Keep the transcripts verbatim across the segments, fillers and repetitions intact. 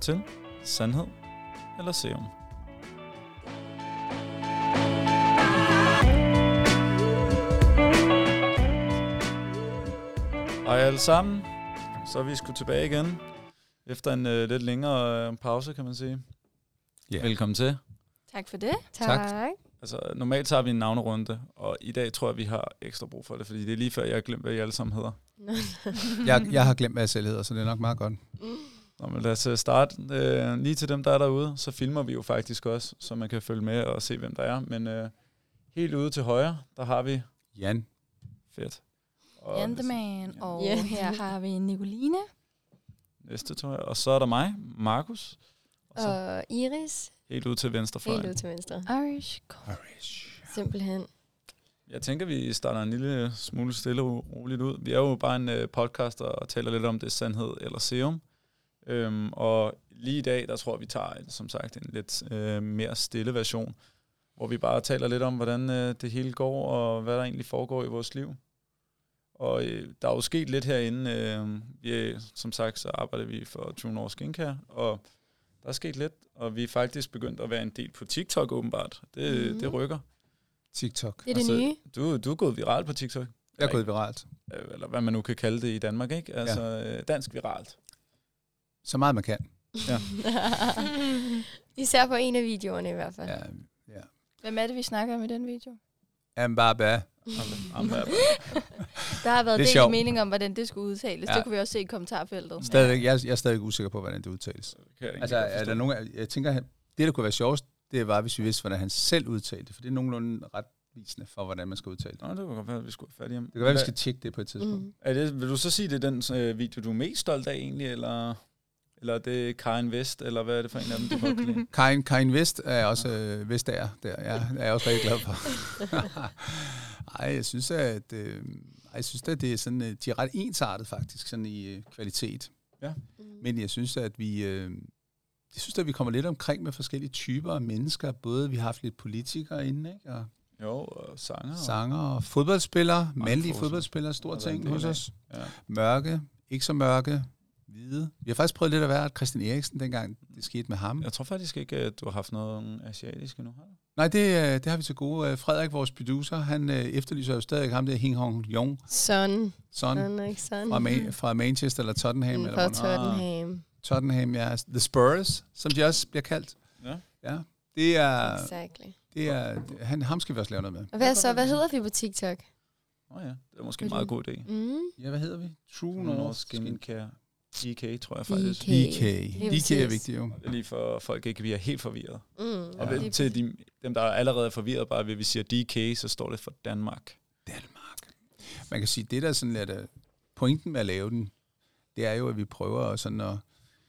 til Sandhed eller Serum. Hej alle sammen, så er vi sgu tilbage igen, efter en øh, lidt længere øh, pause, kan man sige. Yeah. Velkommen til. Tak for det. Tak. tak. Altså, normalt tager vi en navnerunde, og i dag tror jeg, vi har ekstra brug for det, fordi det er lige før, jeg har glemt, hvad I alle sammen hedder. jeg, jeg har glemt, hvad jeg selv hedder, så det er nok meget godt. Nå, men lad os starte. Øh, lige til dem, der er derude, så filmer vi jo faktisk også, så man kan følge med og se, hvem der er. Men øh, helt ude til højre, der har vi Jan. Fedt. Og Jan the man, og yeah. her har vi Nicoline. Næste, tror jeg. Og så er der mig, Markus. Og, og Iris. Helt ude til venstre fløj. Helt ude til venstre. Irish. Irish. Simpelthen. Jeg tænker, vi starter en lille smule stille og roligt ud. Vi er jo bare en uh, podcast og taler lidt om det Sandhed eller Serum. Øhm, og lige i dag, der tror jeg, vi tager, som sagt, en lidt uh, mere stille version, hvor vi bare taler lidt om, hvordan uh, det hele går, og hvad der egentlig foregår i vores liv. Og uh, der er jo sket lidt herinde. Uh, vi, som sagt, så arbejder vi for True North Skincare, og der er sket lidt, og vi er faktisk begyndt at være en del på TikTok åbenbart. Det, mm. det rykker. TikTok. Det er det altså, nye. Du, du er gået viralt på TikTok. Jeg er gået viralt. Eller hvad man nu kan kalde det i Danmark, ikke? Altså ja. Dansk viralt. Så meget man kan. Ja. Især på en af videoerne i hvert fald. Ja, ja. Hvem er det, vi snakker om i den video? Mbaba. Der har været del mening om, hvordan det skulle udtales. Ja. Det kunne vi også se i kommentarfeltet. Stadig, jeg, jeg er stadig usikker på, hvordan det udtales. Altså, er der nogen, jeg tænker, det der kunne være sjovest, det var, hvis vi vidste, hvordan han selv udtalte. For det er nogenlunde ret visende for, hvordan man skal udtale det. Nå, det kunne godt være, at vi skulle være færdige. Det kan være, at vi skal tjekke det på et tidspunkt. Mm. Er det, vil du så sige, det er den øh, video, du er mest stolt af egentlig, eller, eller er det Karin Vest, eller hvad er det for en af dem, du godt kan lide? Karin, Karin Vest er også øh, Vestager, der. Ja, er jeg også rigtig glad for. Ej, jeg synes, at, øh, jeg synes, at det er sådan, de er ret ensartet faktisk, sådan i øh, kvalitet. Ja. Mm. Men jeg synes, at vi... Øh, Jeg synes, at vi kommer lidt omkring med forskellige typer af mennesker. Både vi har haft lidt politikere inde, ikke? Og jo, og sanger. Sanger og fodboldspillere. Mandlige fodboldspillere, stor ting hos os. Ja. Mørke, ikke så mørke, hvide. Vi har faktisk prøvet lidt at være Christian Eriksen, dengang det skete med ham. Jeg tror faktisk ikke, at du har haft noget asiatisk endnu. Nej, det, det har vi til gode. Frederik, vores producer, han efterlyser jo stadig ham der Hing Hong Jong. Son. Son. Son, ikke son. Fra, Ma- fra Manchester eller Tottenham. Mm, eller fra Tottenham. Tottenham, ja. The Spurs, som de også bliver kaldt. Ja. Ja. Det er... Exactly. Det er... Han, ham skal vi også lave noget med. Og hvad så? Hvad hedder vi på TikTok? Åh oh ja, det er måske en meget god idé. Mm. Ja, hvad hedder vi? True North Skincare. D K, tror jeg faktisk. D K. D K er vigtigt, jo. Det er lige for, at folk ikke bliver helt forvirret. Mm. Og ja. Til de, dem, der er allerede forvirret, bare ved, at vi siger D K, så står det for Danmark. Danmark. Man kan sige, det der er sådan lidt... Pointen med at lave den, det er jo, at vi prøver sådan at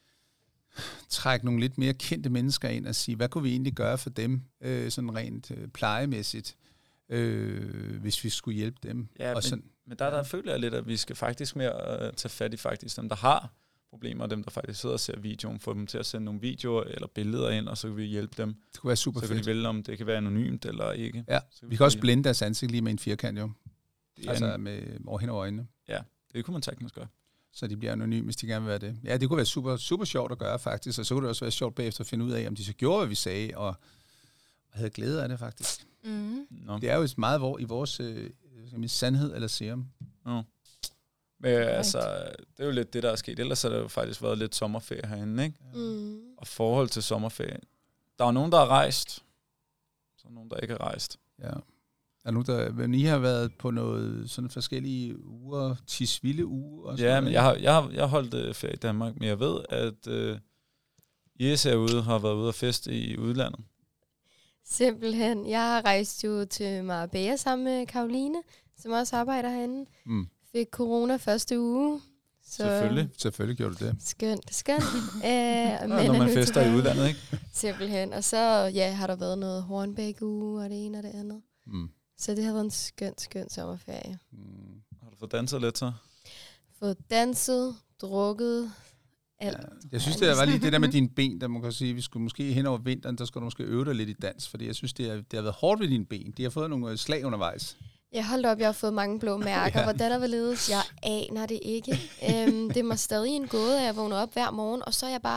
trække nogle lidt mere kendte mennesker ind og sige, hvad kunne vi egentlig gøre for dem, øh, sådan rent øh, plejemæssigt, øh, hvis vi skulle hjælpe dem. Ja, og sådan, men, men der, der føler jeg lidt, at vi skal faktisk mere uh, tage fat i faktisk dem, der har problemer, og dem, der faktisk sidder og ser videoen, få dem til at sende nogle videoer eller billeder ind, og så kan vi hjælpe dem. Det kunne være super så fedt. Så kan de vælge, om det kan være anonymt eller ikke. Ja, vi, vi kan også blende deres ansigt lige med en firkant, jo. Det altså med over hen over øjnene. Ja, det kunne man sagtens gøre. Så de bliver anonyme, hvis de gerne vil være det. Ja, det kunne være super, super sjovt at gøre, faktisk. Og så kunne det også være sjovt bagefter at finde ud af, om de så gjorde, hvad vi sagde, og, og havde glæde af det, faktisk. Mm. No. Det er jo meget hvor, i vores øh, sandhed eller serum. No. Men right. altså, det er jo lidt det, der er sket. Ellers har der jo faktisk været lidt sommerferie herinde, ikke? Mm. Og forhold til sommerferie. Der er jo nogen, der har rejst. Så er nogen, der ikke har rejst. Ja. Er nu der, men I har været på noget sådan forskellige uger, Tisvilde uge og sådan. Ja, men jeg har jeg har jeg har holdt uh, ferie i Danmark, men jeg ved at uh, Jes er ude har været ude og feste i udlandet. Simpelthen. Jeg har rejst jo til Marbella sammen med Karoline, som også arbejder herinde. Mm. Fik corona første uge. Så selvfølgelig. Selvfølgelig gjorde du det. Skønt, skønt. Æh, Nå, når man fester tilbage i udlandet, ikke? Simpelthen. Og så ja, har der været noget Hornbæk-uge og det ene og det andet. Mm. Så det har været en skøn, skøn sommerferie. Mm. Har du fået danset lidt så? Fået danset, drukket, alt. Ja, jeg synes, det var lige det der med dine ben, der man kan sige, vi skulle måske hen over vinteren, der skulle du måske øve dig lidt i dans, fordi jeg synes, det, er, det har været hårdt ved dine ben. De har fået nogle slag undervejs. Jeg holdt op, jeg har fået mange blå mærker. Ja. Hvordan er det ledes? Jeg aner det ikke. øhm, det er mig stadig en gåde, at jeg vågner op hver morgen, og så er jeg bare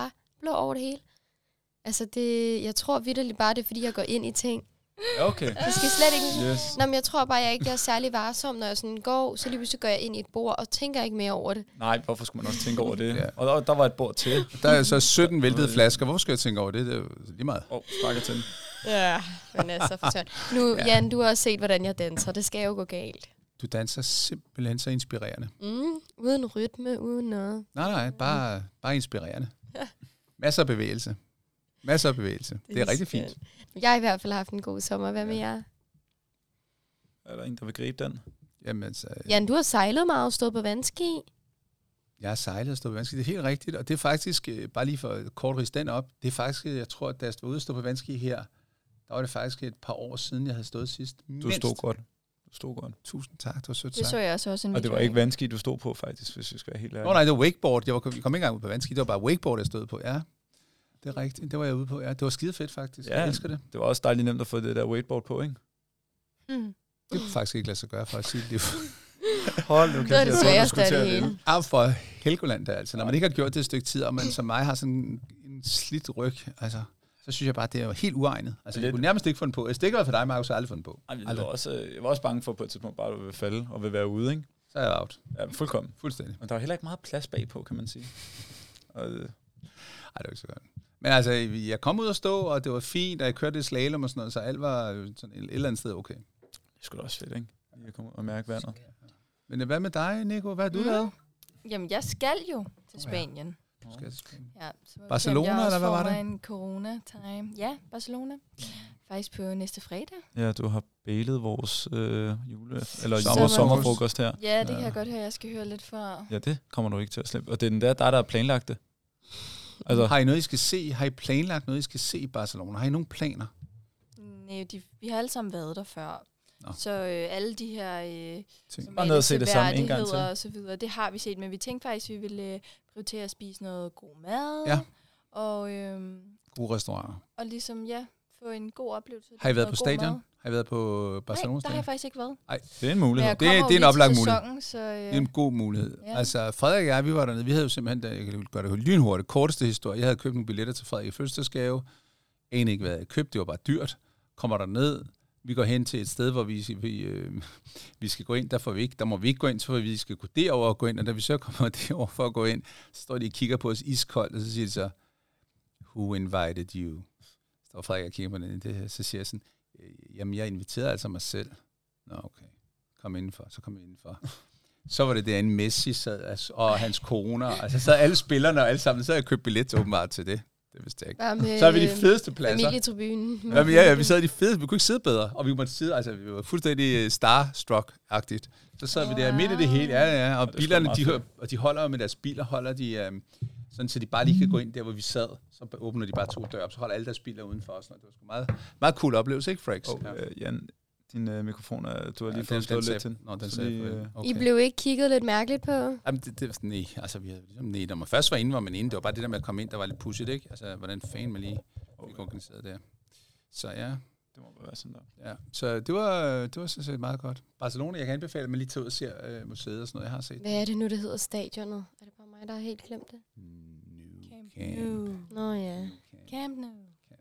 bobler over det hele. Altså, det, jeg tror vitterligt bare, det er, fordi jeg går ind i ting. Okay. Det skal slet ikke... Yes. Nå, men jeg tror bare, jeg ikke jeg er særlig varsom, når jeg sådan går, så lige pludselig går jeg ind i et bord og tænker ikke mere over det. Nej, hvorfor skulle man også tænke over det? Ja. Og der, der var et bord til. Der er så sytten væltede flasker. Hvorfor skal jeg tænke over det? Det er jo lige meget. Åh, oh, sparker til den. Ja, men altså for søren. Nu, Ja. Jan, du har også set, hvordan jeg danser. Det skal jo gå galt. Du danser simpelthen så inspirerende. Mm, uden rytme, uden noget. Nej, nej, bare, bare inspirerende. Masser af bevægelse. Masser af bevægelse. Det, det er rigtig fint. Jeg har i hvert fald haft en god sommer. Hvad med jer? Er der en, der vil gribe den? Jamen, altså, Jan, du har sejlet meget og stået på vandski. jeg har sejlet og stået på vandski. Det er helt rigtigt. Og det er faktisk, øh, bare lige for kort riste den op, det er faktisk, jeg tror, at da jeg var ude og stå på vandski her, der var det faktisk et par år siden, jeg havde stået sidst. Du Mindst. stod godt. Du stod godt. Tusind tak, det var sødt Det sagt. så jeg også også en Og det var video ikke af. vandski, du stod på, faktisk, hvis vi skal være helt ærlige. Nå nej, det var wakeboard. Jeg, var, jeg kom ikke engang ud på vandski. Det var bare wakeboard, jeg stod på. Ja, det er rigtigt. Det var jeg ude på. Ja, det var skide fedt, faktisk. Ja. Jeg elsker det. Det var også dejligt nemt at få det der wakeboard på, ikke? Mm. Det kunne faktisk ikke lade sig gøre for at sige det. Hold nu, Det er det sværeste af det hele. Ah, for Helgoland der, altså. Når man ikke har gjort det et stykke tid, og man som mig har sådan en slidt ryg, altså, så synes jeg bare, det er jo helt uegnet. Altså, jeg Lidt. kunne nærmest ikke fundet på. Hvis det ikke var for dig, Markus, så har jeg aldrig fundet på. Ej, jeg, Aldrig. var også, øh, jeg var også bange for på et tidspunkt bare, at du vil falde og vil være ude, ikke? Så er jeg out. Ja, fuldkommen. Fuldstændig. Men der var heller ikke meget plads bagpå, kan man sige. Og, øh, Ej, det var ikke så godt. Men altså, jeg kom ud og stå, og det var fint, og jeg kørte i slalom og sådan noget, så alt var sådan et eller andet sted okay. det skulle da også fedt, ikke? Lige at komme ud og mærke vandet. Men hvad med dig, Nico? Hvad har du Mm. lavet? Jamen, jeg skal jo til Spanien. Du skal til Spanien. Ja, så må vi Barcelona, se, om jeg eller også hvad får var det? mig en corona-time. Ja, Barcelona. Faktisk på næste fredag. Ja, du har bailet vores øh, jule... Eller Sommer- sommerfrokost her. Ja, det Ja. kan jeg godt høre, jeg skal høre lidt fra. Ja, det kommer du ikke til at slippe. Og det er den der, der, der er planlagt det. Altså, Har I noget, I skal se? Har I planlagt noget, I skal se i Barcelona? Har I nogle planer? Nej, de, vi har alle sammen været der før. Nå. Så øh, alle de her øh, Ting. Bare ned og se det samme en gang til. seværdigheder og så videre, det har vi set, men vi tænkte faktisk, at vi ville øh, prioritere at spise noget god mad. Ja. Og, øh, Gode restauranter. og ligesom, ja, få en god oplevelse. Har I været Noget på god stadion? mad. Har I været på Barcelona Nej, der har jeg stadion? faktisk ikke været. det er en Men mulighed. jeg Det er- kommer det er en jo lige oplagt til mulighed. sæsonen, så, øh, Det er en god mulighed. Ja. Altså, Frederik og jeg, vi var dernede. Vi havde jo simpelthen, da jeg kan gøre det lynhurtigt, korteste historie. Jeg havde købt nogle billetter til Frederik i fødselsdagsgave. Egentlig ikke, hvad jeg havde købt. Det var bare dyrt. Kommer der ned. Vi går hen til et sted, hvor vi, vi, øh, vi skal gå ind. Der, får vi ikke, der må vi ikke gå ind, så vi skal gå derover og gå ind. Og da vi så kommer derover for at gå ind, så står de og kigger på os iskoldt, og så siger de så, who invited you? Så står Frederik og kigger på den, det her, så siger jeg sådan, "Øh, jamen jeg inviterede altså mig selv. Nå, okay. Kom indenfor. Så kom vi indenfor. Så var det derinde, Messi sad, altså, og hans kone. Altså, så alle spillerne og alle sammen, så havde jeg købt billet til, åbenbart til det. Det vidste jeg ikke. Bare med Så er vi de fedeste pladser. familietribunen. Ja, men ja, ja, vi sad i de fede, vi kunne ikke sidde bedre, og vi måtte sidde, altså vi var fuldstændig øh, starstruck-agtigt. Så sad vi der midt i det hele, ja, ja, og det er sgu bilerne, meget de, fedt. og de holder med deres biler, holder de, øh, sådan så de bare lige kan gå ind der, hvor vi sad, så åbner de bare to døre op, så holder alle deres biler uden for os. Det var sgu meget, meget cool oplevelse, ikke, Frax? Oh, øh, Jan, din øh, mikrofon, er, du har lige Ja, fået den- slået den lidt sagde- til. Nå, den Så sagde lige, jeg øh, for- I okay. blev ikke kigget lidt mærkeligt på? Jamen, det, det, nej, altså vi havde ligesom, nej, når man først var inde, var man inde. Det var bare det der med at komme ind, der var lidt pudsigt, ikke? Altså, hvordan fanden man lige fik organiseret der. Så ja, Det må være sådan der. ja. Så det var, det var sådan set meget godt. Barcelona, jeg kan anbefale, at man lige tager ud og ser øh, museet og sådan noget, jeg har set. Hvad er det nu, det hedder stadionet? Er det bare mig, der har helt glemt det? Camp Camp. Nou. Nå ja. Camp Nou.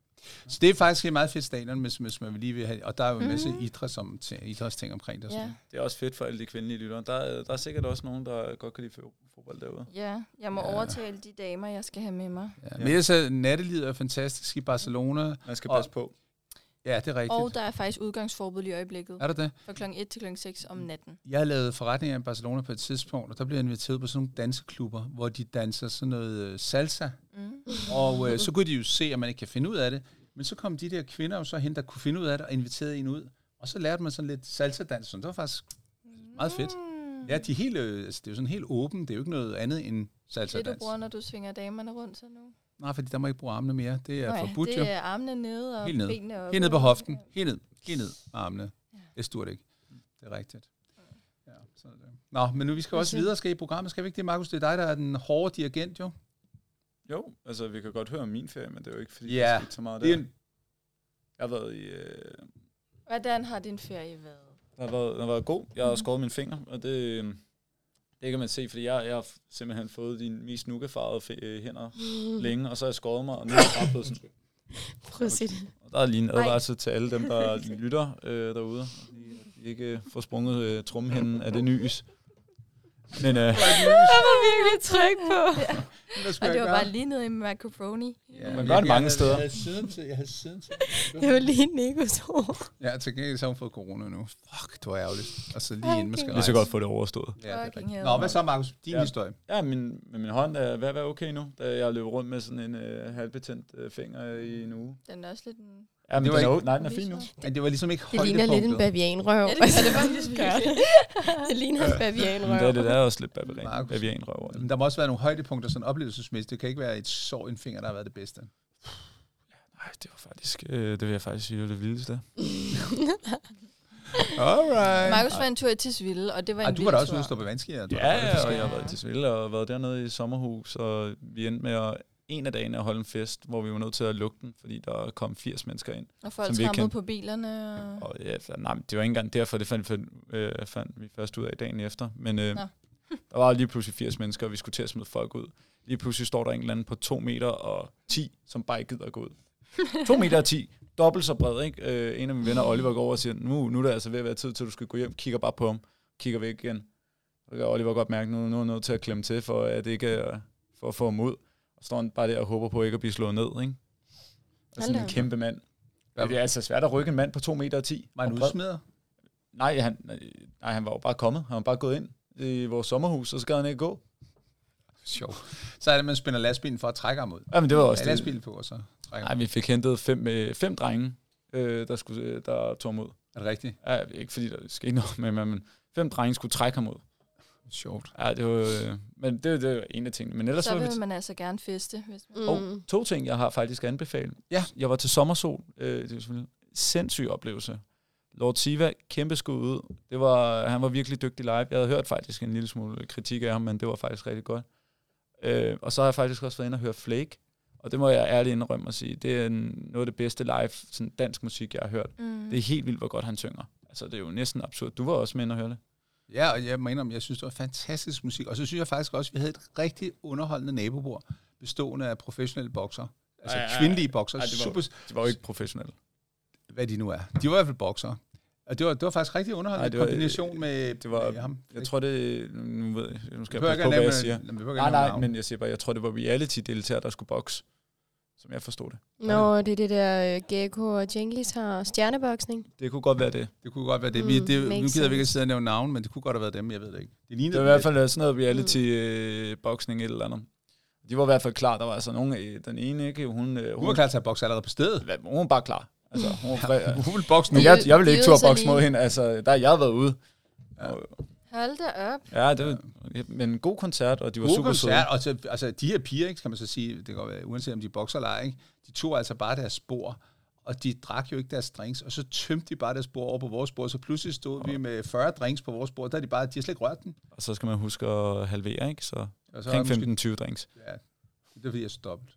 Så det er faktisk et meget fedt stadion, hvis, hvis man lige vil have, og der er jo en masse Mhm. idræts om, t- idrætsting omkring det. Og Ja. sådan. Det er også fedt for alle de kvindelige lyttere. Der, er- der er sikkert også nogen, der godt kan lide fo- fodbold derude. Ja, jeg må Ja. overtale de damer, jeg skal have med mig. Ja. Men ellers er nattelivet er fantastisk i Barcelona. Man skal Og- passe på. Ja, det er rigtigt. Og der er faktisk udgangsforbud lige i øjeblikket. Er der det? Fra klokken et til klokken seks om natten. Jeg har lavet forretninger i Barcelona på et tidspunkt, og der blev jeg inviteret på sådan nogle danseklubber, hvor de danser sådan noget øh, salsa. Mm. Og øh, så kunne de jo se, at man ikke kan finde ud af det. Men så kom de der kvinder jo så hen, der kunne finde ud af det, og inviterede en ud. Og så lærte man sådan lidt salsa-dans. Så det var faktisk meget fedt. Mm. Ja, de er helt, øh, altså, det er jo sådan helt åbent. Det er jo ikke noget andet end Det salsa-dans. du bruger, når du svinger damerne rundt så nu? Nej, fordi der må ikke bruge armene mere. Det er Nå ja, forbudt jo. det er armene nede og Helt ned. benene oppe. Helt ned på hoften. Helt ned. Helt ned med armene. Ja. Det sturt ikke. Det er rigtigt. Ja, så er det. Nå, men nu vi skal også videre skal i programmet. Skal vi ikke det, Markus? Det er dig, der er den hårde dirigent, jo. Jo, altså vi kan godt høre om min ferie, men det er jo ikke, fordi Ja, der skete så meget Det er der. en, Jeg har været i... Øh, Hvordan har din ferie været? der, har været, den har været god. Jeg har skåret mine fingre, og det, øh, Det kan man se, fordi jeg, jeg har simpelthen fået de mest nukafarvede hænder mm. længe, og så har jeg skåret mig, og nu er jeg bare blevet sådan... Prøv at se det. Der er lige en advarsel til alle dem, der lytter øh, derude. De ikke får sprunget øh, trummehinden af det nys. Men øh, jeg var virkelig tryg på. Ja. Og det var bare lige nede i macaroni. Ja, man gør det mange steder. Jeg havde siden til. Jeg havde siden til. Det var lige Nikos ord. Ja, til gengæld så har hun fået corona nu. Fuck, det var ærgerligt. Og så lige inden man skal Vi rejse. skal godt få det overstået. Ja, det er Nå, hvad så, Markus? Din ja. historie. Ja, min, min hånd er ved at være okay nu, da jeg løber rundt med sådan en øh, halvbetændt øh, finger i en uge. Den er også lidt en... Ja, men det var den er, ikke, nej, den er fin nu. Men det var ligesom ikke det ligner lidt en bavianrøv. Ja, det gør det faktisk virkelig. Det ligner en bavianrøv. Det, det er også lidt bavianrøv. Men der må også være nogle højdepunkter, sådan oplevelsesmæssigt. Det kan ikke være et sår i en finger, der har været det bedste. Nej, det var faktisk, øh, det vil jeg faktisk sige, det var det vildeste. Alright. Markus var en tur til Tisvilde, og det var en Ej, du var da også tur. ude at stå på vandskier. Ja, ja, og jeg har været i Tisvilde og været dernede i sommerhus, og vi endte med at en af dagene at holde en fest, hvor vi var nødt til at lukke den, fordi der kom firs mennesker ind. Og folk trampede på bilerne. Og... og ja, nej, det var ikke engang derfor, det fandt, øh, fandt vi først ud af dagen efter. Men øh, der var lige pludselig firs mennesker, og vi skulle til at smide folk ud. Lige pludselig står der en eller anden på to meter og ti, som bare ikke gider at gå ud. to meter og ti, dobbelt så bred, ikke? Øh, en af mine venner, Oliver, går over og siger, nu, nu er det altså ved at være tid til, at du skal gå hjem. Kigger bare på ham, kigger væk igen. Så kan Oliver godt mærke, nu, nu er jeg nødt til at klemme til, for at det ikke er, for at få ham ud. Og står han bare der og håber på ikke at blive slået ned, ikke? Og sådan en kæmpe mand. Ja. Det er altså svært at rykke en mand på to meter og ti. Var han udsmider? Nej, han, nej, han var jo bare kommet. Han var bare gået ind i vores sommerhus, og så gad han ikke gå. Sjovt. Så er det, man spænder lastbilen for at trække ham ud. Ja, men det var også ja, lastbilen på, og så trækker Nej, vi fik hentet fem, øh, fem drenge, øh, der, skulle, der tog ham ud. Er det rigtigt? Ja, ikke fordi der skete noget med mig, men fem drenge skulle trække ham ud. Sjovt. Ja, det var, øh, men det, det var en af tingene. Men ellers så vil var vi man altså gerne feste. Hvis man... mm. Og to ting, jeg har faktisk anbefalet. Ja. Jeg var til Sommersol. Øh, det var selvfølgelig en sindssyg oplevelse. Lord Siva, kæmpe skud ud. Det var, han var virkelig dygtig live. Jeg havde hørt faktisk en lille smule kritik af ham, men det var faktisk rigtig godt. Øh, og så har jeg faktisk også været inde og høre Flake. Og det må jeg ærligt indrømme at sige. Det er en, noget af det bedste live sådan dansk musik, jeg har hørt. Mm. Det er helt vildt, hvor godt han synger. Altså, det er jo næsten absurd. Du var også med inde og høre det. Ja, og jeg mener, jeg synes, det var fantastisk musik. Og så synes jeg faktisk også, at vi havde et rigtig underholdende nabobord, bestående af professionelle bokser. Altså ej, kvindelige bokser. Ej, de, var, de var jo ikke professionelle. Hvad de nu er. De var i hvert fald bokser. Og det var, det var faktisk rigtig underholdende. Ej, det var, kombination med, det var, med ham. Jeg tror, det... Nu, ved jeg, nu skal jeg passe på, hvad jeg siger. Nej, nej, men jeg siger bare, jeg tror, det var reality-deltager, der skulle bokse. Som jeg forstod det. Nå, det er det der uh, Gekko og Jenglis har stjerneboksning. Det kunne godt være det. Det kunne godt være det. Vi, det mm, nu gider vi ikke sidde og nævne navn, men det kunne godt have været dem, jeg ved det ikke. Det, det var i hvert fald sådan noget reality-boksning mm. et eller andet. De var i hvert fald klar. Der var altså nogen, den ene ikke, hun... Hun, hun var klar til at bokse allerede på stedet. Hun var bare klar. Altså, hun var fri, ja, hun ville bokse. Men jeg, jeg ville ikke turde bokse mod hende. Altså, der har jeg været ude. Ja. Hold da op. Ja, det var men en god koncert, og de var god super søde. Og så, altså, de her piger, ikke, kan man så sige, det kan være, uanset om de bokser eller ej, ikke, de tog altså bare deres spor, og de drak jo ikke deres drinks, og så tømte de bare deres spor over på vores spor, så pludselig stod og vi med fyrre drinks på vores spor, der er de bare, de har slet ikke rørt den. Og så skal man huske at halvere, ikke? Så omkring femten til tyve drinks. Ja, det er fordi, jeg er så dobbelt.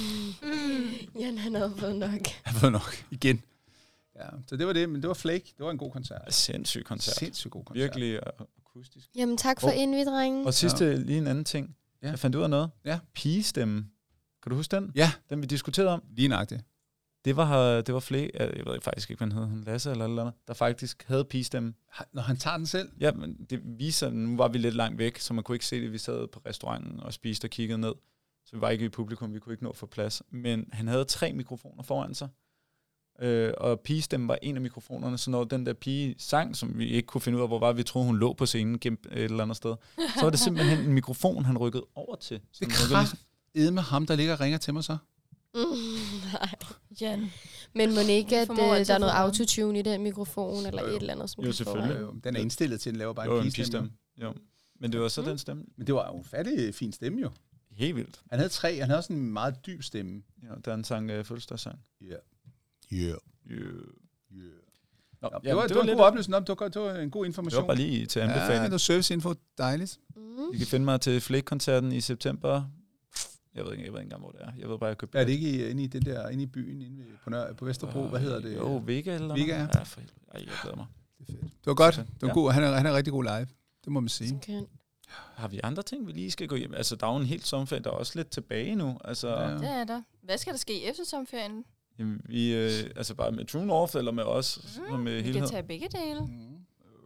Jan, han havde fået nok. Han havde fået nok, igen. Ja, så det var det, men det var Flake. Det var en god koncert. Ja, sindssyg koncert. Sindssyg god koncert. Virkelig akustisk. Jamen tak for oh. indvidringen. Og sidste, ja. lige en anden ting. Ja. Jeg fandt ud af noget. Ja. Pigestemmen. Kan du huske den? Ja. Den vi diskuterede om. Lige nøjagtigt. Det var, det var Flake, jeg ved faktisk ikke, hvad han hed, Lasse eller eller andet, der faktisk havde pigestemmen. Når han tager den selv? Ja, men det viser, nu var vi lidt langt væk, så man kunne ikke se det. Vi sad på restauranten og spiste og kiggede ned. Så vi var ikke i publikum, vi kunne ikke nå at få plads. Men han havde tre mikrofoner foran sig. Øh, og pigestemmen var en af mikrofonerne, så når den der pige sang, som vi ikke kunne finde ud af, hvor var vi troede, hun lå på scenen gemt et eller andet sted, så var det simpelthen en mikrofon, han rykkede over til. Det er kraftedeme med ham, der ligger og ringer til mig så. Mm, nej. Jan. Men må ikke, at uh, der er noget autotune i den mikrofon, eller jo, jo. et eller andet, som jo, selvfølgelig. Jo, den er indstillet til, at den laver bare jo, en pigestemme. Jo, men det var så mm. den stemme. Men det var jo en fattig fin stemme jo. Helt vildt. Han havde tre, han havde også en meget dyb stemme. Ja, der er en sang, uh, fødselsdagssang. Ja. Yeah. Yeah. Yeah. Yeah. Nå, ja, det var, det var, det var en god oplysning om, det var, det var en god information. Det var bare lige til anbefaling. Ja, det var serviceinfo, dejligt. Mm. I kan finde mig til Flake-koncerten i september. Jeg ved ikke, jeg ved ikke engang, hvor det er. Jeg ved bare, jeg købte. Er det ikke inde i den der, inde i byen, inde på, Nør, på Vesterbro? Uh, Hvad hedder det? Jo, Vega eller Vega, ja. Ja, for helvede. Ej, jeg glæder mig. Det er fedt. Det var godt. Det var ja. god. Han er, han er rigtig god live. Det må man sige. Okay. Har vi andre ting, vi lige skal gå hjem? Altså, der er jo en helt sommerferie, der er også lidt tilbage nu. Altså, Ja. ja. Det er der. Hvad skal der ske efter sommerferien? Jamen, vi, øh, altså bare med True North, eller med os, mm, med Vi helhed? kan tage begge dele. Mm.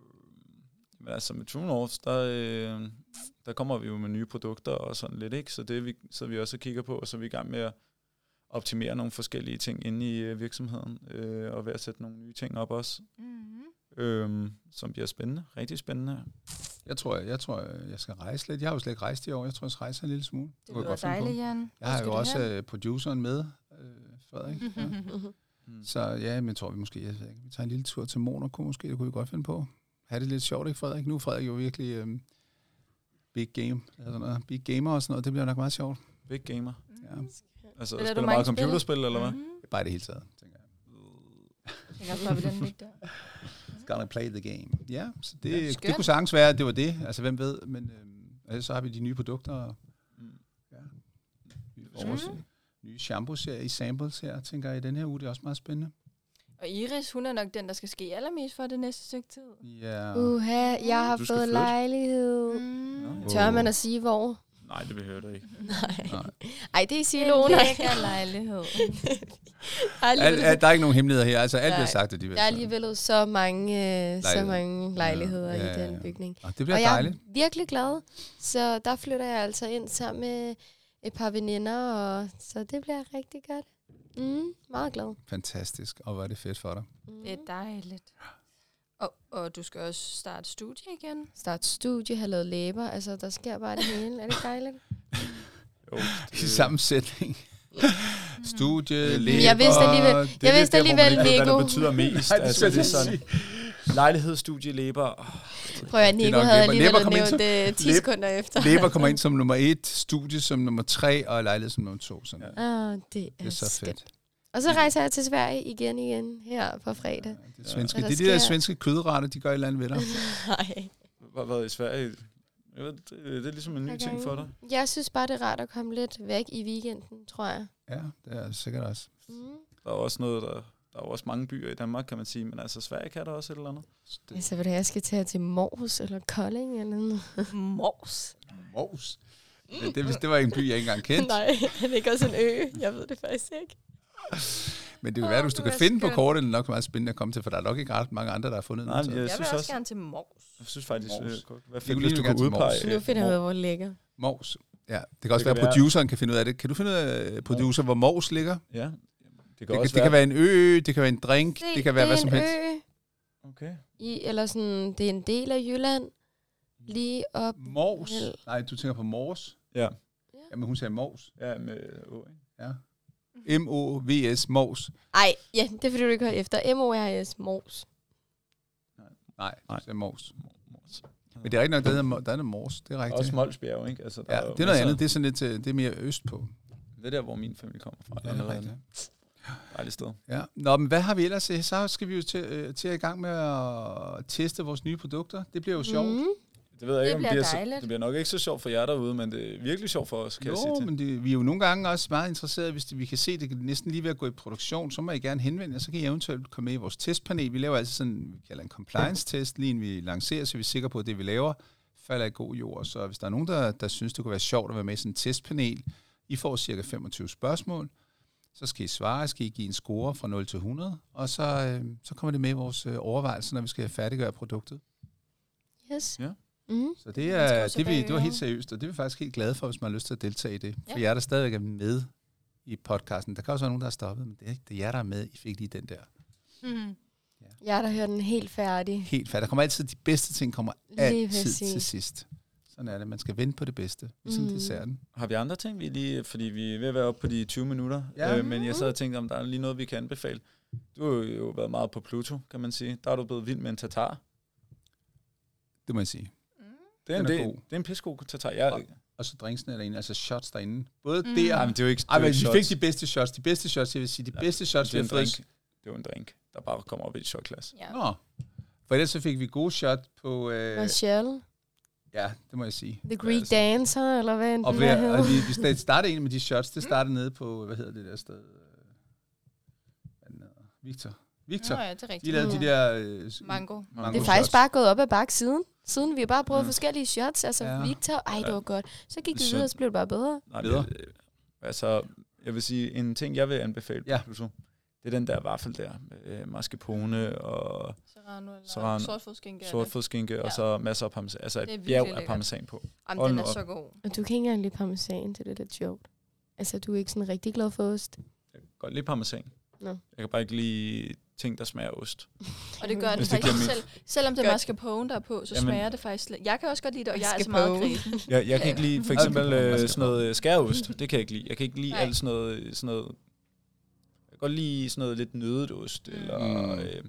Men altså med True North, der, øh, der kommer vi jo med nye produkter og sådan lidt, ikke? Så det vi, så vi også kigger på, og så er vi i gang med at optimere nogle forskellige ting inde i øh, virksomheden, øh, og ved at sætte nogle nye ting op også, Mm-hmm. øh, som bliver spændende, rigtig spændende. Jeg tror, jeg, jeg tror, jeg skal rejse lidt. Jeg har jo slet ikke rejst i år. Jeg tror, jeg skal rejse en lille smule. Det kunne jeg lyder godt finde på. dejligt, Jan. Jeg har Hvor jo skal også du hen? øh, produceren med, øh, Frederik. Ja. Mm. Så ja, men jeg tror, vi måske jeg ved ikke, vi tager en lille tur til Monaco måske. Det kunne vi godt finde på. Ha' det lidt sjovt, ikke Frederik? Nu er Frederik jo virkelig øh, big game. Altså noget, big gamer og sådan noget. Det bliver nok meget sjovt. Big gamer. Ja. Altså Spiller du spiller mange meget spil? computerspil, eller hvad? Mhm. Bare i det hele taget, tænker jeg. Jeg kan også bare ved den ligge der. It's gonna play the game. Ja, så det, Ja, det skønt. kunne sagtens være, at det var det. Altså, hvem ved. Men øh, så har vi de nye produkter. Og, Mm. ja. Vi får vores nye shampoo-serie i samples her, tænker jeg, i den her uge. Det er også meget spændende. Og Iris, hun er nok den, der skal ske allermest for det næste stykke tid. Ja. Uha, jeg har Du skal fået flytte. lejlighed. Mm. Tør man at sige hvor? Nej, det behøver det ikke. Nej. Nej. Ej, det er En Silona. lækker lejlighed. Al, al, der er ikke nogen hemmeligheder her. Altså, alt Nej. bliver sagt alligevel. Der er alligevel så mange, øh, så Lejligheder. mange lejligheder Ja, i ja, den ja. bygning. Og det bliver Og jeg dejligt. er virkelig glad. Så der flytter jeg altså ind sammen med et par veninder, og så det bliver rigtig godt. Mm, meget glad. Fantastisk. Og hvor er det fedt for dig. Mm. Det er dejligt. Og, og du skal også starte studie igen. Start studie, have lavet læber. Altså, der sker bare det hele. Er det dejligt? Jo, I sammensætning. Studie, læber. Jeg vidste alligevel- det er jeg lidt vidste der, hvor man alligevel ikke ved, hvad Nico. der betyder mest. Nej, det altså, det er skulle jeg sådan lejlighedsstudie, læber. Oh, Prøv at er Nico nok havde læber. alligevel Læber kom ind nævnt som- det ti læb- sekunder efter. Læber kommer ind som nummer et, studie som nummer tre, og lejlighed som nummer to. Sådan. Ja. Ja. Ah, det er, Det er så skønt. fedt. Og så rejser jeg til Sverige igen igen her på fredag. Det, er svenske, Ja. det er de der svenske kødretter, de gør et eller andet ved dig. Nej. Hvad været i Sverige? Jeg ved, det, det er ligesom en ny ting for dig. Jeg synes bare, det er rart at komme lidt væk i weekenden, tror jeg. Ja, det er sikkert også. Mm. Der er også noget, der, der er jo også mange byer i Danmark, kan man sige, men altså Sverige kan der også et eller andet. Det, Altså, hvad det er, jeg skal tage til Mors eller Kolding eller noget. Mors. Mors. Det, det, det var en by, jeg ikke engang kendte. Nej, det er ikke også en ø. Jeg ved det faktisk ikke. Men det kan være, Åh, hvis du det kan var finde på skønt. kortet, det er nok meget spændende at komme til, for der er nok ikke ret mange andre, der har fundet Nej, den. men så. jeg Jeg vil synes også også, gerne til Mors. jeg synes faktisk, Mors. øh, godt. Hvad Vi fedt, kunne hvis lige du gerne kunne til Mors. udpege Nu finder jeg ud af, hvor det ligger. Mors. Ja, det kan også Det være, kan være- produceren kan finde ud af det. Kan du finde ud af, uh, producer, hvor Mors ligger? Ja, det kan Det kan, også det kan være en ø, det kan være en drink, Se, det kan være hvad er som en helst. ø, Okay. i, eller sådan, det er en del af Jylland. Lige op. Mors? Vel. Nej, du tænker på Mors? Ja, Jamen, hun sagde Mors. ja med å, ikke? Ja. M O V S Mors. Ej, ja, det er fordi, du ikke hører efter. M O R S, Mors. Nej, Nej. du sagde Mors. Mors. Men det er rigtig nok, der hedder, der er Mors. Det er rigtigt. Også Molsbjerg, ikke? Altså, der Ja, er jo det er noget masser- andet. Det er sådan lidt, øh, det er mere øst på. Det er der, hvor min familie kommer fra. Ja, Ja, det er det rigtigt. er dejligt sted. Ja. Nå, men hvad har vi ellers? Så skal vi jo til, øh, til at i gang med at teste vores nye produkter. Det bliver jo sjovt. Mm. Det ved jeg Det ikke, om bliver det bliver, så, dejligt. det bliver nok ikke så sjovt for jer derude, men det er virkelig sjovt for os, kan jeg sige Jo, til. men det, vi er jo nogle gange også meget interesserede, hvis det, vi kan se, det kan næsten lige ved at gå i produktion, så må I gerne henvende jer, så kan I eventuelt komme med i vores testpanel. Vi laver altså sådan, vi kalder en compliance-test, lige inden vi lancerer, så vi er sikre på, at det, vi laver, falder i god jord. Så hvis der er nogen, der, der synes, det kunne være sjovt at være med i sådan en testpanel, I får cirka femogtyve spørgsmål, så skal I svare, skal I give en score fra nul til hundrede, og så, øh, så kommer det med i vores øh, overvejelser, når vi skal færdiggøre produktet. Yes. Ja. Mm. Så det, Man er, skal jo det, så vi, det var bag helt øret. seriøst, og det er vi faktisk helt glade for, hvis man har lyst til at deltage i det. For Ja. jer, der stadigvæk er med i podcasten, der kan også være nogen, der har stoppet, men det er, ikke- det er jer, der er med. I fik lige den der. Mm. Jeg der hører den helt færdig. Helt færdigt. Der kommer altid, de bedste ting kommer Lige altid præcis. til sidst. Sådan er det. Man skal vente på det bedste. Ligesom Mm. mm. desserten. Har vi andre ting, vi lige, fordi vi er ved at være oppe på de tyve minutter, Ja. øh, men jeg sad og tænkte, om der er lige noget, vi kan anbefale. Du har jo været meget på Pluto, kan man sige. Der er du blevet vild med en tatar. Det må jeg sige. Det er en, Den er det, god. det er en pissegod tatar. Jeg, Og- Og så drinksene er derinde, altså shots derinde. Både Mm. mm. der... Ej, men det er jo ikke, det er Ej, jo men ikke vi shots. fik de bedste shots. De bedste shots, jeg vil sige, de Ja, bedste shots, det vi er har en fået. drink. Det er jo en drink, der bare kommer op i et shotglas. Ja. Nå. For ellers så fik vi gode shot på... Øh, Rachel. ja, det må jeg sige. The Greek altså- Dancer, eller hvad end Og, den vi, der og hedder. vi, vi startede en med de shots, det startede nede på, hvad hedder det der sted? Øh, hvad den hedder? Victor. Victor. Nå ja, det er De rigtigt. lavede de der... Øh, Mango. mango Det er faktisk shots. bare gået op ad bakke siden. siden. Vi har bare prøvet Mm. forskellige shots. Altså, Ja. vi ikke tager, ej, det var godt. Så gik vi Så- videre, så blev det bare bedre. Nej, Videre. det, altså, jeg vil sige, en ting, jeg vil anbefale Ja. på Pluto, det er den der vaffel der, med mascarpone og Serrano eller Serrano. sortfodsskinke. sortfodsskinke, ja. og så masser af parmesan, altså Det er et virkelig bjerg af lækkert. parmesan på. Jamen, Hold den nu er op. så god. Og du kan ikke engang lide parmesan, det er lidt sjovt. Altså, du er ikke sådan rigtig glad for ost. Jeg kan godt lide parmesan. Nå. Jeg kan bare ikke lide ting, der smager af ost. Og det gør det Hvis det faktisk giver selv. Selvom det er Godt. mascarpone, der er på, så Jamen- smager det faktisk lidt. Jeg kan også godt lide det, og jeg er altså meget Mascarpone. græsen. Jeg, jeg kan ikke lide for eksempel Okay. øh, sådan noget øh, skæreost. Det kan jeg ikke lide. Jeg kan ikke lide Nej. alt sådan noget, sådan noget... Jeg kan godt lide sådan noget lidt nødet ost, Mm. eller Mm. øh,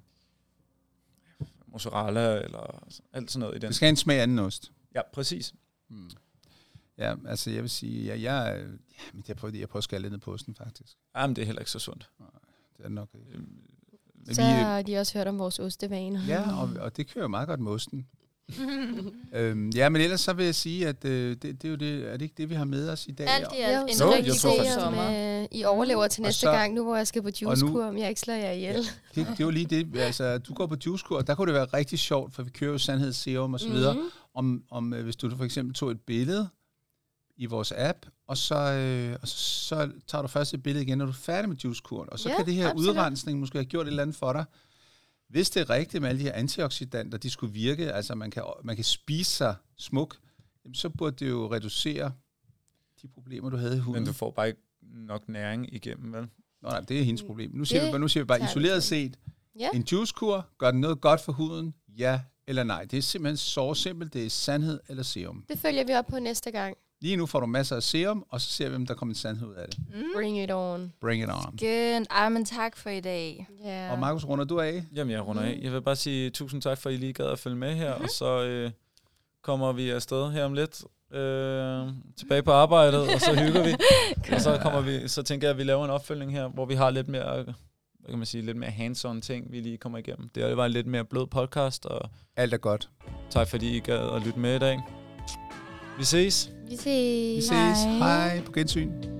mozzarella, eller alt sådan noget i den. Det skal have en smag af anden ost. Ja, præcis. Mm. Ja, altså jeg vil sige, ja, jeg, ja, men jeg prøver, jeg prøver at skære lidt ned på osten, faktisk. Jamen, det er heller ikke så sundt. Det er nok ikke. Øhm, Men Så vi, har de også hørt om vores ostevaner. ja, og, og det kører jo meget godt med osten. øhm, ja, men ellers så vil jeg sige, at øh, det, det er jo det, er det ikke det, vi har med os i dag? Alt i alt Jo, en så rigtig jeg tror god faktisk- sommer. Med, I overlever til Og næste så- gang, nu hvor jeg skal på juicekur, om jeg ikke slår jer ihjel. Det, det er jo lige det, altså du går på juicekur, og der kunne det være rigtig sjovt, for vi kører jo sandhedsserum og så videre, Mhm. om, om øh, hvis du for eksempel tog et billede i vores app, og så, øh, og så, så tager du først et billede igen, når du er færdig med juicekuren, og så Ja, kan det her absolut. udrensning måske have gjort et eller andet for dig. Hvis det er rigtigt med alle de her antioxidanter, de skulle virke, altså man kan, man kan spise sig smuk, jamen, så burde det jo reducere de problemer, du havde i huden. Men du får bare ikke nok næring igennem, vel? Nå nej, det er hendes problem. Nu siger, Det vi, nu siger vi bare tager vi isoleret til. set, Ja. en juicekur, gør den noget godt for huden? Ja eller nej? Det er simpelthen så simpelt. Det er sandhed eller serum. Det følger vi op på næste gang. Lige nu får du masser af serum, og så ser vi, om der kommer en sandhed ud af det. Mm. Bring it on. Bring it on. Skønt. Ej, men tak for i dag. Ja. Og Markus, runder du af? Jamen, jeg runder af. Jeg vil bare sige tusind tak for, at I lige gad at følge med her, Mhm. og så øh, kommer vi afsted her om lidt. Øh, tilbage på arbejdet, og så hygger vi. Og så kommer vi, så tænker jeg, at vi laver en opfølgning her, hvor vi har lidt mere, hvad kan man sige, lidt mere hands-on ting, vi lige kommer igennem. Det var en lidt mere blød podcast, og Alt er godt. tak fordi I gad at lytte med i dag. Vi ses! Vi ses. Vi ses. Hej. Hej. På gensyn.